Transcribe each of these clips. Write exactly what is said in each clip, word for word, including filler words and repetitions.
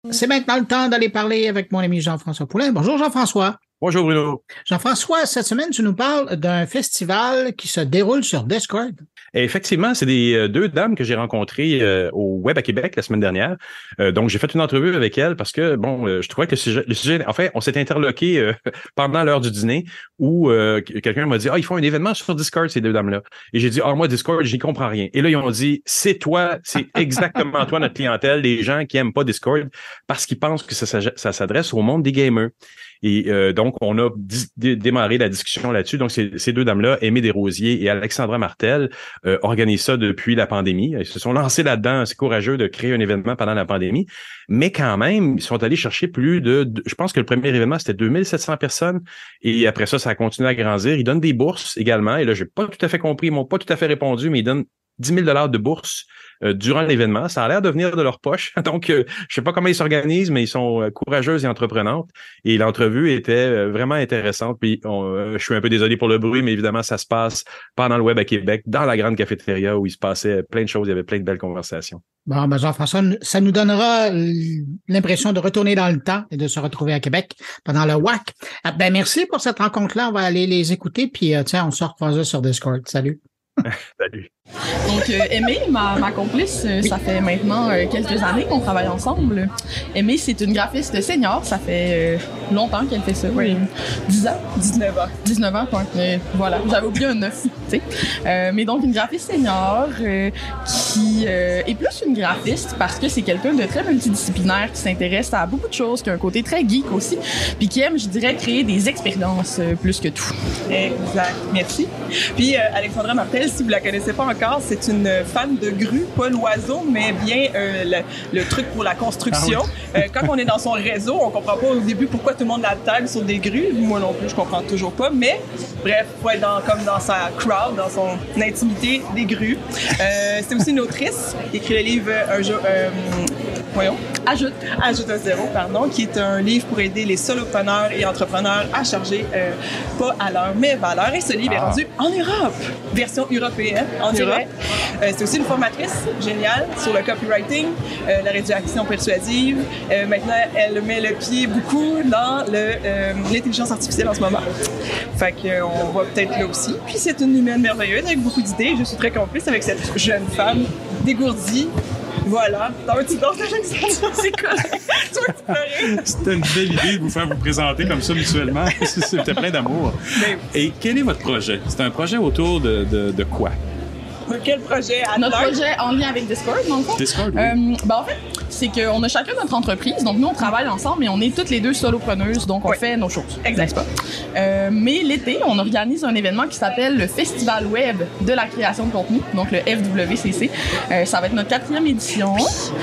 C'est maintenant le temps d'aller parler avec mon ami Jean-François Poulin. Bonjour Jean-François. Bonjour Bruno. Jean-François, cette semaine, tu nous parles d'un festival qui se déroule sur Discord. Et effectivement, c'est des euh, deux dames que j'ai rencontrées euh, au Web à Québec la semaine dernière. Euh, donc, j'ai fait une entrevue avec elles parce que, bon, euh, je trouvais que le sujet, le sujet en fait, on s'est interloqué euh, pendant l'heure du dîner où euh, quelqu'un m'a dit « Ah, ils font un événement sur Discord, ces deux dames-là. » Et j'ai dit « Ah, moi, Discord, j'y comprends rien. » Et là, ils ont dit « C'est toi, c'est exactement toi, notre clientèle, les gens qui aiment pas Discord parce qu'ils pensent que ça, ça, ça s'adresse au monde des gamers. » Et euh, donc, on a d- démarré la discussion là-dessus. Donc, ces, ces deux dames-là, Aimée Desrosiers et Alexandra Martel, euh, organisent ça depuis la pandémie. Ils se sont lancés là-dedans. C'est courageux de créer un événement pendant la pandémie. Mais quand même, ils sont allés chercher plus de... de je pense que le premier événement, c'était deux mille sept cents personnes. Et après ça, ça a continué à grandir. Ils donnent des bourses également. Et là, j'ai pas tout à fait compris. Ils m'ont pas tout à fait répondu, mais ils donnent dix mille dollars de bourse euh, durant l'événement. Ça a l'air de venir de leur poche. Donc, euh, je sais pas comment ils s'organisent, mais ils sont euh, courageuses et entreprenantes. Et l'entrevue était euh, vraiment intéressante. Puis, on, euh, je suis un peu désolé pour le bruit, mais évidemment, ça se passe pendant le Web à Québec, dans la grande cafétéria où il se passait plein de choses. Il y avait plein de belles conversations. Bon, ben Jean-François, ça nous donnera l'impression de retourner dans le temps et de se retrouver à Québec pendant le W A C. Ah, ben, merci pour cette rencontre-là. On va aller les écouter. Puis, euh, tiens, on se recroise sur Discord. Salut. Salut. Donc, euh, Aimée, ma, ma complice, euh, ça fait maintenant euh, quelques années qu'on travaille ensemble. Aimée, c'est une graphiste senior. Ça fait euh, longtemps qu'elle fait ça. Oui. dix ans? dix-neuf ans. dix-neuf ans, quoi. Euh, voilà, j'avais oublié un neuf, tu sais. Euh, mais donc, une graphiste senior euh, qui euh, est plus une graphiste parce que c'est quelqu'un de très multidisciplinaire qui s'intéresse à beaucoup de choses, qui a un côté très geek aussi, puis qui aime, je dirais, créer des expériences euh, plus que tout. Exact. Merci. Puis, euh, Alexandra Martel, si vous la connaissez pas encore, c'est une fan de grue, pas l'oiseau, mais bien euh, le, le truc pour la construction. Ah oui. euh, quand on est dans son réseau, on comprend pas au début pourquoi tout le monde la tag sur des grues. Moi non plus, je comprends toujours pas. Mais bref, faut être dans, comme dans sa crowd, dans son intimité des grues. Euh, c'est aussi une autrice qui écrit le livre un jour. Euh, voyons. Ajoute. Ajoute un zéro, pardon, qui est un livre pour aider les solopreneurs et entrepreneurs à charger euh, pas à l'heure, mais valeur. Et ce livre ah. est rendu en Europe, version européenne en c'est Europe. Euh, c'est aussi une formatrice géniale sur le copywriting, euh, la rédaction persuasive. Euh, maintenant, elle met le pied beaucoup dans le, euh, l'intelligence artificielle en ce moment. Fait qu'on va peut-être là aussi. Puis c'est une humaine merveilleuse avec beaucoup d'idées. Je suis très complice avec cette jeune femme dégourdie. Voilà. T'as un petit don, Alexandre? C'est correct. Tu veux pleurer? C'était une belle idée de vous faire vous présenter comme ça mutuellement. C'était plein d'amour. Mais... Et quel est votre projet? C'est un projet autour de, de, de quoi? De quel projet? À notre projet en lien avec Discord, dans le fond. Discord, oui. Euh, ben en fait, c'est qu'on a chacun notre entreprise. Donc, nous, on travaille ensemble, mais on est toutes les deux solopreneuses. Donc, on oui. fait nos choses. Exact. Pas? Euh, mais l'été, on organise un événement qui s'appelle le Festival Web de la création de contenu. Donc, le F W C C. Euh, ça va être notre quatrième édition.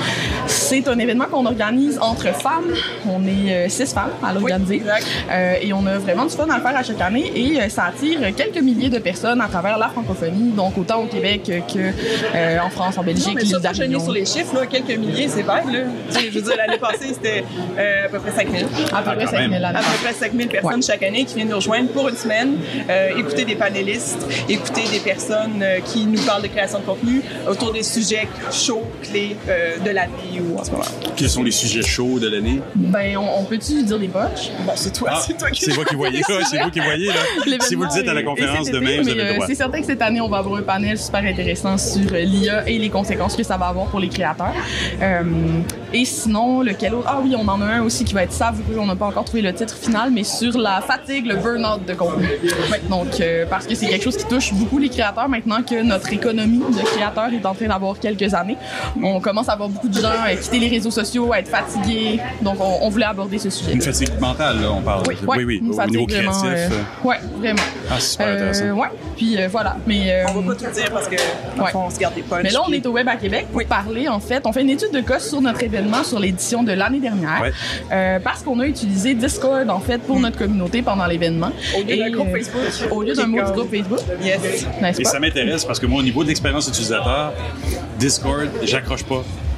C'est un événement qu'on organise entre femmes. On est euh, six femmes à l'organiser. Oui, euh, et on a vraiment du fun à le faire à chaque année. Et euh, ça attire quelques milliers de personnes à travers la francophonie. Donc, autant au Québec que euh, en France, en Belgique, l'île d'Avignon. Sur les chiffres, là, quelques milliers, c'est vague. Là. Je veux dire, l'année passée, c'était euh, à peu près cinq mille. À peu près cinq mille. À peu près cinq mille personnes ouais. chaque année qui viennent nous rejoindre pour une semaine, euh, écouter des panélistes, écouter des personnes euh, qui nous parlent de création de contenu autour des sujets chauds, clés euh, de l'année ou en ce moment. Quels sont les sujets chauds de l'année? Ben, on, on peut-tu dire des poches? Bon, c'est toi, ah, c'est toi qui C'est vous qui voyez, c'est vous qui voyez, là. Si vous le dites à la conférence demain, vous avez le droit. C'est certain que cette année, on va avoir un panel super intéressant sur l'I A et les conséquences que ça va avoir pour les créateurs. Euh, et sinon, lequel autre? Ah oui, on en a un aussi qui va être savoureux. On n'a pas encore trouvé le titre final, mais sur la fatigue, le burn-out de contenu. Ouais, donc, euh, parce que c'est quelque chose qui touche beaucoup les créateurs maintenant que notre économie de créateurs est en train d'avoir quelques années. On commence à avoir beaucoup de gens à quitter les réseaux sociaux, à être fatigués. Donc, on, on voulait aborder ce sujet. Une fatigue mentale, là, on parle. Oui, ouais, oui, oui. Au niveau créatif. Vraiment, euh, oui, vraiment. Ah, c'est super intéressant. Euh, ouais, puis euh, voilà. Mais, euh, on va pas tout dire parce que, ouais. on se garde des punchs. Mais là, on est au Web à Québec pour oui. parler, en fait. On fait une étude de cas sur notre événement sur l'édition de l'année dernière. Ouais. Euh, parce qu'on a utilisé Discord, en fait, pour mm. notre communauté pendant l'événement. Au lieu d'un groupe euh, Facebook. Au lieu d'un mot du groupe Facebook. Yes. Et ça m'intéresse parce que moi, au niveau de l'expérience utilisateur, Discord, j'accroche pas.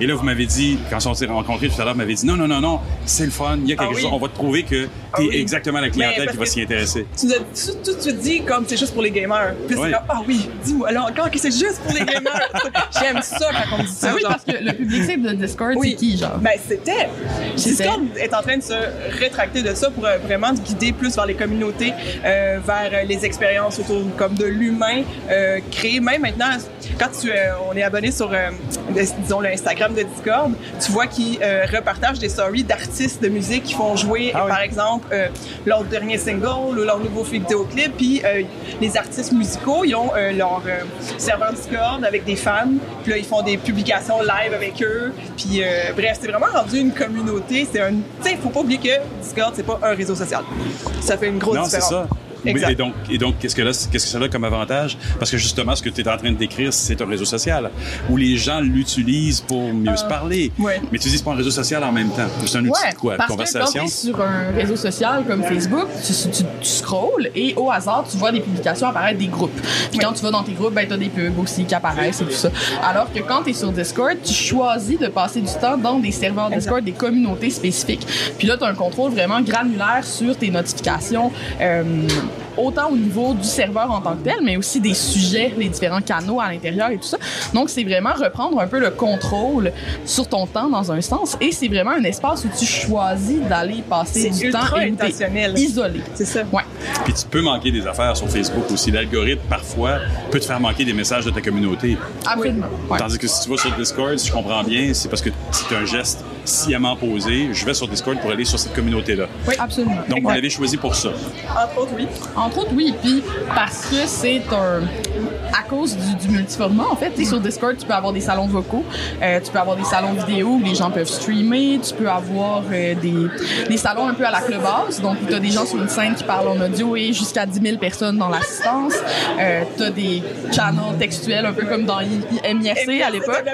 Et là, vous m'avez dit, quand on s'est rencontrés tout à l'heure, vous m'avez dit non, non, non, non, c'est le fun, il y a quelque ah, oui. chose, on va te prouver que tu es ah, oui. exactement la clientèle qui va s'y intéresser. Tu nous as tout, tout de suite dit comme c'est juste pour les gamers. Puis oui. c'est comme, ah oui, dis-moi alors encore que c'est juste pour les gamers. J'aime ça quand on me dit ça. Ah oui, genre. parce que le public cible de Discord, oui. c'est qui, genre? Ben, c'était. Discord est en train de se rétracter de ça pour euh, vraiment guider plus vers les communautés, euh, vers euh, les expériences autour comme de l'humain, euh, créer même maintenant, quand tu, euh, on est abonné sur, euh, disons, l'Instagram de Discord, tu vois qu'ils euh, repartagent des stories d'artistes de musique qui font jouer, ah, par oui. exemple, euh, leur dernier single ou leur nouveau vidéoclip, puis euh, les artistes musicaux, ils ont euh, leur euh, serveur Discord avec des fans, puis là, ils font des publications live avec eux, puis euh, bref, c'est vraiment rendu une communauté, c'est un, tu sais, il faut pas oublier que Discord, c'est pas un réseau social. Ça fait une grosse non, différence. Non, c'est ça. Exact. Et donc, et donc qu'est-ce que là, qu'est-ce que ça a comme avantage? Parce que justement, ce que tu es en train de décrire, c'est un réseau social où les gens l'utilisent pour mieux euh, se parler. Ouais. Mais tu dis c'est pas un réseau social en même temps. C'est un outil ouais, de quoi? Parce Conversation? Que quand tu es sur un réseau social comme Facebook, tu, tu, tu scrolls et au hasard, tu vois des publications apparaître des groupes. Puis ouais. quand tu vas dans tes groupes, ben, tu as des pubs aussi qui apparaissent et tout ça. Alors que quand tu es sur Discord, tu choisis de passer du temps dans des serveurs Discord, exact. Des communautés spécifiques. Puis là, tu as un contrôle vraiment granulaire sur tes notifications. Euh, autant au niveau du serveur en tant que tel, mais aussi des sujets, les différents canaux à l'intérieur et tout ça. Donc, c'est vraiment reprendre un peu le contrôle sur ton temps dans un sens et c'est vraiment un espace où tu choisis d'aller passer c'est du temps et où t'es isolé. C'est ça. Ouais. Puis tu peux manquer des affaires sur Facebook aussi. L'algorithme, parfois, peut te faire manquer des messages de ta communauté. Absolument. Ouais. Tandis que si tu vas sur Discord, si je comprends bien, c'est parce que c'est un geste sciemment posé. Je vais sur Discord pour aller sur cette communauté-là. Oui, absolument. Donc, exact. Vous l'avez choisi pour ça. Entre autres, oui. Entre autres, oui. Puis parce que c'est un... À cause du, du multiformat, en fait, tu sais, sur Discord, tu peux avoir des salons vocaux, euh, tu peux avoir des salons vidéo où les gens peuvent streamer, tu peux avoir euh, des, des salons un peu à la clubhouse, donc tu as des gens sur une scène qui parlent en audio et jusqu'à dix mille personnes dans l'assistance. Euh, tu as des channels textuels un peu comme dans M I S C à l'époque.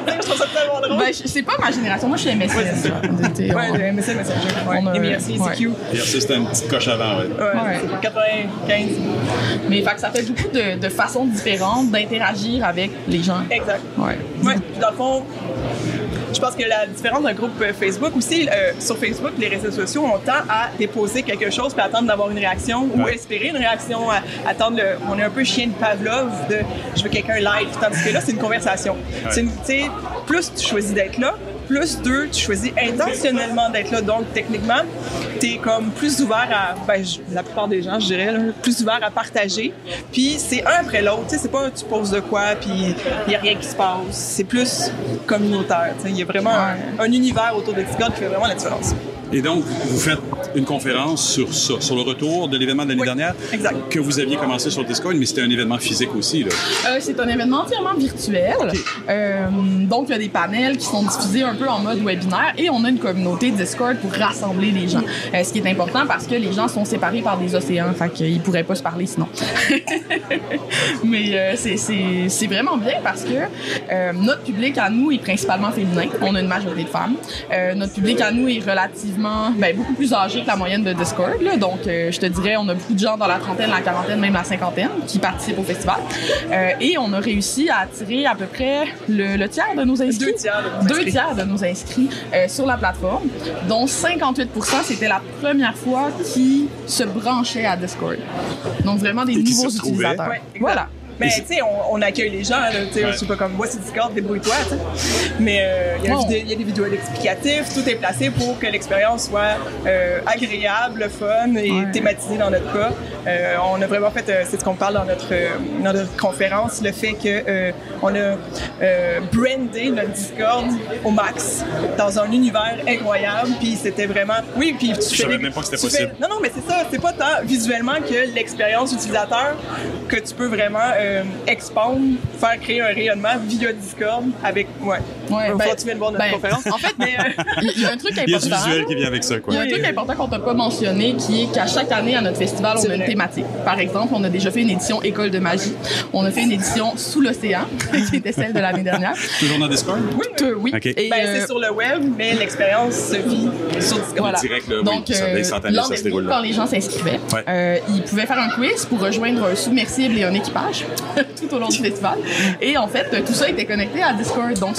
Ben, c'est pas ma génération, moi je suis M S C. Ouais, ouais, M S C, M S C. M I S C, c'est cute. M I S C, c'était une petite coche avant, ouais. Ouais, quatre-vingt-quinze. Mais fait que ça fait beaucoup de, de façons différentes d'interagir avec les gens. Exact. Ouais. Ouais. Dans le fond, je pense que la différence d'un groupe Facebook aussi, euh, sur Facebook, les réseaux sociaux, on tend à déposer quelque chose puis attendre d'avoir une réaction ou ouais. espérer une réaction, à, attendre le, on est un peu chien de Pavlov de je veux quelqu'un live, tandis que là, c'est une conversation. Ouais. C'est une, tu sais, plus tu choisis d'être là, plus deux, tu choisis intentionnellement d'être là. Donc, techniquement, t'es comme plus ouvert à, ben, je, la plupart des gens, je dirais, là, plus ouvert à partager. Puis, c'est un après l'autre. Tu sais, c'est pas tu poses de quoi, puis il y a rien qui se passe. C'est plus communautaire. Tu sais, il y a vraiment un, un univers autour de Discord qui fait vraiment la différence. Et donc, vous faites une conférence sur ça, sur le retour de l'événement de l'année oui, dernière, exact. Que vous aviez commencé sur Discord, mais c'était un événement physique aussi, là. Euh, c'est un événement entièrement virtuel. Okay. Euh, donc, il y a des panels qui sont diffusés un peu en mode webinaire et on a une communauté Discord pour rassembler les gens. Euh, ce qui est important parce que les gens sont séparés par des océans, fait qu'ils ne pourraient pas se parler sinon. mais euh, c'est, c'est, c'est vraiment bien parce que euh, notre public à nous est principalement féminin. On a une majorité de femmes. Euh, notre public à nous est relativement Ben, beaucoup plus âgé que la moyenne de Discord. Là. Donc, euh, je te dirais, on a beaucoup de gens dans la trentaine, la quarantaine, même la cinquantaine qui participent au festival. Euh, et on a réussi à attirer à peu près le, le tiers de nos inscrits. Deux tiers de nos Deux inscrits. tiers de nos inscrits euh, sur la plateforme, dont cinquante-huit pour cent c'était la première fois qu'ils se branchaient à Discord. Donc, vraiment des et nouveaux utilisateurs. Ouais, voilà. Mais tu sais, on, on accueille les gens, tu sais, ouais. C'est pas comme moi, c'est Discord, débrouille-toi, tu sais. Mais il euh, y, y a des vidéos explicatifs, tout est placé pour que l'expérience soit euh, agréable, fun et ouais. thématisée dans notre cas. Euh, on a vraiment fait, euh, c'est ce qu'on parle dans notre, euh, dans notre conférence, le fait que euh, on a euh, brandé notre Discord au max dans un univers incroyable, puis c'était vraiment, oui, puis tu Je savais des, même pas que c'était fais, possible. non, non, mais c'est ça, c'est pas tant visuellement que l'expérience utilisateur que tu peux vraiment Euh, expandre, faire créer un rayonnement via Discord avec, ouais. Ouais, ben, tu viens de voir notre ben, conférence. En fait, mais il y a un truc important. Il y a du visuel qui vient avec ça, quoi. Il y a un truc important qu'on t'a pas mentionné, qui est qu'à chaque année à notre festival, on C'est a une vrai. thématique. Par exemple, on a déjà fait une édition École de magie. On a fait une édition Sous l'océan, qui était celle de l'année dernière. Toujours dans Discord? Oui, euh, oui. Okay. Et, ben, euh, c'est sur le web, mais l'expérience se vit sur Discord. Voilà. Direct, là, Donc, oui, ça, euh, instantané, l'an ça se dernier, déroule là. quand les gens s'inscrivaient, Ouais. euh, ils pouvaient faire un quiz pour rejoindre un submersible et un équipage tout au long du festival. Et en fait, tout ça était connecté à Discord. Donc, okay. selon les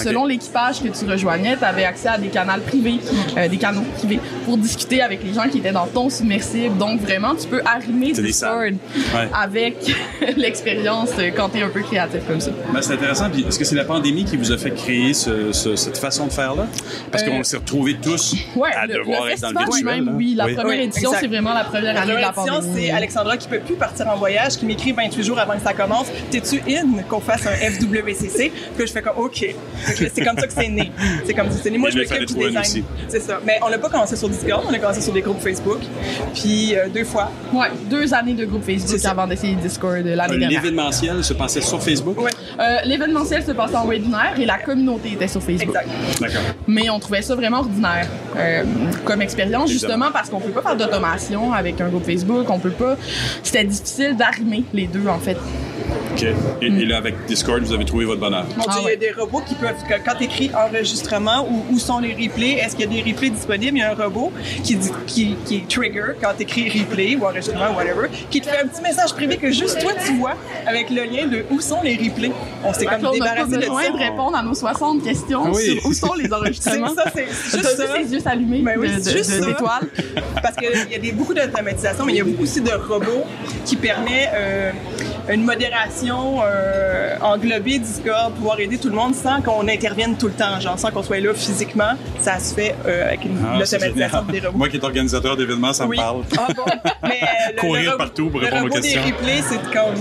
équipage que tu rejoignais, tu avais accès à des canaux privés, euh, des canaux privés pour discuter avec les gens qui étaient dans ton submersible. Donc vraiment, tu peux arrimer Discord ouais. avec l'expérience quand tu es un peu créatif comme ça. Ben, c'est intéressant. Puis, est-ce que c'est la pandémie qui vous a fait créer ce, ce, cette façon de faire-là? Parce euh, qu'on s'est retrouvés tous ouais, à le, devoir le être dans le virtuel. Même, oui, la oui. première oui, édition, c'est vraiment la première année de la pandémie. La première édition, c'est Alexandra qui peut plus partir en voyage, qui m'écrit vingt-huit jours avant que ça commence. T'es-tu in qu'on fasse un F W C C? Puis je fais comme OK. C'est comme ça que c'est né. C'est comme ça que c'est né. Moi, je m'occupe du design. C'est ça. Mais on n'a pas commencé sur Discord, on a commencé sur des groupes Facebook. Puis euh, deux fois. Ouais, deux années de groupe Facebook avant d'essayer Discord l'année dernière. L'événementiel se passait sur Facebook? Oui. Euh, l'événementiel se passait en webinaire et la communauté était sur Facebook. Exact. D'accord. Mais on trouvait ça vraiment ordinaire euh, comme expérience, justement parce qu'on peut pas faire d'automation avec un groupe Facebook, on peut pas. C'était difficile d'arrimer les deux en fait. OK. Et, mm. et là, avec Discord, vous avez trouvé votre bonheur. On dit, ah, il ouais. y a des robots qui peuvent, quand tu écris enregistrement ou où sont les replays, est-ce qu'il y a des replays disponibles? Il y a un robot qui, dit, qui, qui trigger quand tu écris replay ou enregistrement ou whatever, qui te fait un petit message privé que juste toi tu vois avec le lien de où sont les replays. On s'est comme débarrassé de ça. On a besoin de répondre à nos soixante questions ah oui. sur où sont les enregistrements. C'est ça, c'est juste ça. Les yeux allumés ben oui, de, de, de, d'étoiles. Parce qu'il y a des, beaucoup d'automatisation, mais il y a beaucoup aussi de robots qui permettent euh, une modération euh, englobée Discord, pouvoir aider tout le monde sans qu'on intervienne tout le temps, genre sans qu'on soit là physiquement. Ça se fait euh, avec une, ah, l'automatisation des robots. Moi qui est organisateur d'événements, ça oui. me parle. Ah bon? Mais euh, le, courir le, partout pour répondre aux questions. Le robot des replays, c'est comme...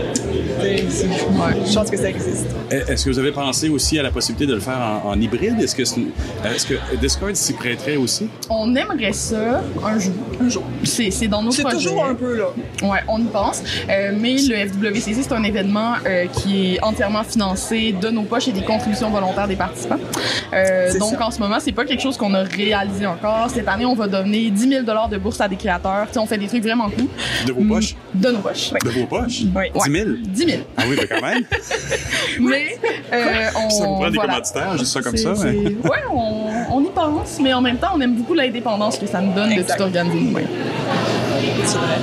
C'est, c'est, ouais, je pense que ça existe. Est-ce que vous avez pensé aussi à la possibilité de le faire en, en hybride? Est-ce que, c'est, est-ce que Discord s'y prêterait aussi? On aimerait ça un jour. Un jour. C'est, c'est dans nos c'est projets. C'est toujours un peu là. Ouais, on y pense. Euh, mais le F W C C, c'est un événement euh, qui est entièrement financé de nos poches et des contributions volontaires des participants. Euh, donc, ça. En ce moment, c'est pas quelque chose qu'on a réalisé encore. Cette année, on va donner dix mille dollars de bourse à des créateurs. T'sais, on fait des trucs vraiment cool. De vos poches? De nos poches. De vos poches? Oui. dix mille? dix mille. Ah oui, mais quand même. mais, euh, on... Ça vous prend des voilà. commanditaires, juste ça comme c'est, ça? C'est... Mais... Ouais, on, on y pense, mais en même temps, on aime beaucoup l'indépendance que ça nous donne exact. De tout organiser nous-mêmes. C'est vrai.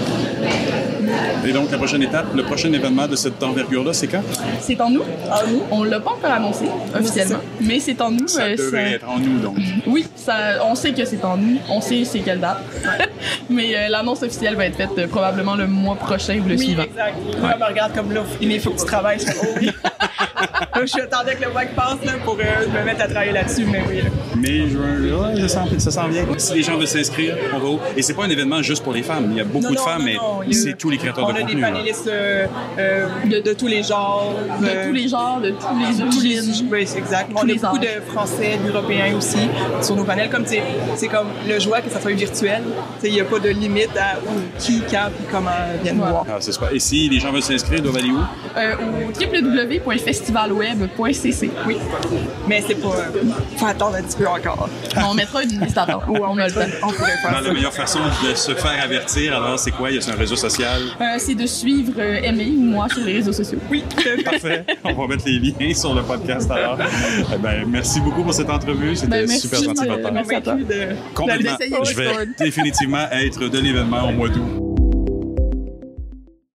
Et donc, la prochaine étape, le prochain événement de cette envergure-là, c'est quand? C'est en août. En août. On ne l'a pas encore annoncé officiellement, c'est mais c'est en août. Ça euh, devait ça... être en août, donc. Oui, ça, on sait que c'est en août. On sait c'est quelle date. Ouais. mais euh, l'annonce officielle va être faite euh, probablement le mois prochain ou le oui, suivant. Exact. Moi, ouais. je me regarde comme là, il faut que tu travailles. Je, oh, oui. je attendais que le W A C passe là, pour euh, me mettre à travailler là-dessus, mais oui. Là. Mais juin, ouais, ça, ça s'en vient. Si les gens veulent s'inscrire, on va où? Et c'est pas un événement juste pour les femmes. Il y a beaucoup non, de non, femmes, non, mais non, c'est a, tous les créateurs de contenu. On a des panélistes euh, euh, de, de tous les genres. De euh, tous les genres, de tous les origines. Oui, c'est exact. On a beaucoup âges. De Français, d'Européens aussi sur nos panels. Comme c'est comme le joie que ça soit virtuel. Il n'y a pas de limite à où, qui, quand et comment viennent ouais. voir. Ah, c'est super. Et si les gens veulent s'inscrire, ils doivent aller où? Euh, au w w w point festivalweb point c c. Oui. Mais c'est pas... Il euh, faut attendre un petit peu encore. On mettra une liste d'attente. Ou on, on a le temps. On pourrait faire ça. La meilleure façon de se faire avertir, alors, c'est quoi? Il y a un réseau social? Euh, c'est de suivre euh, Aimé ou moi sur les réseaux sociaux. Oui. Parfait. On va mettre les liens sur le podcast, alors. Eh ben, merci beaucoup pour cette entrevue. C'était ben, super gentil de votre part. Merci à toi. Complètement. Je vais définitivement être de l'événement au mois d'août.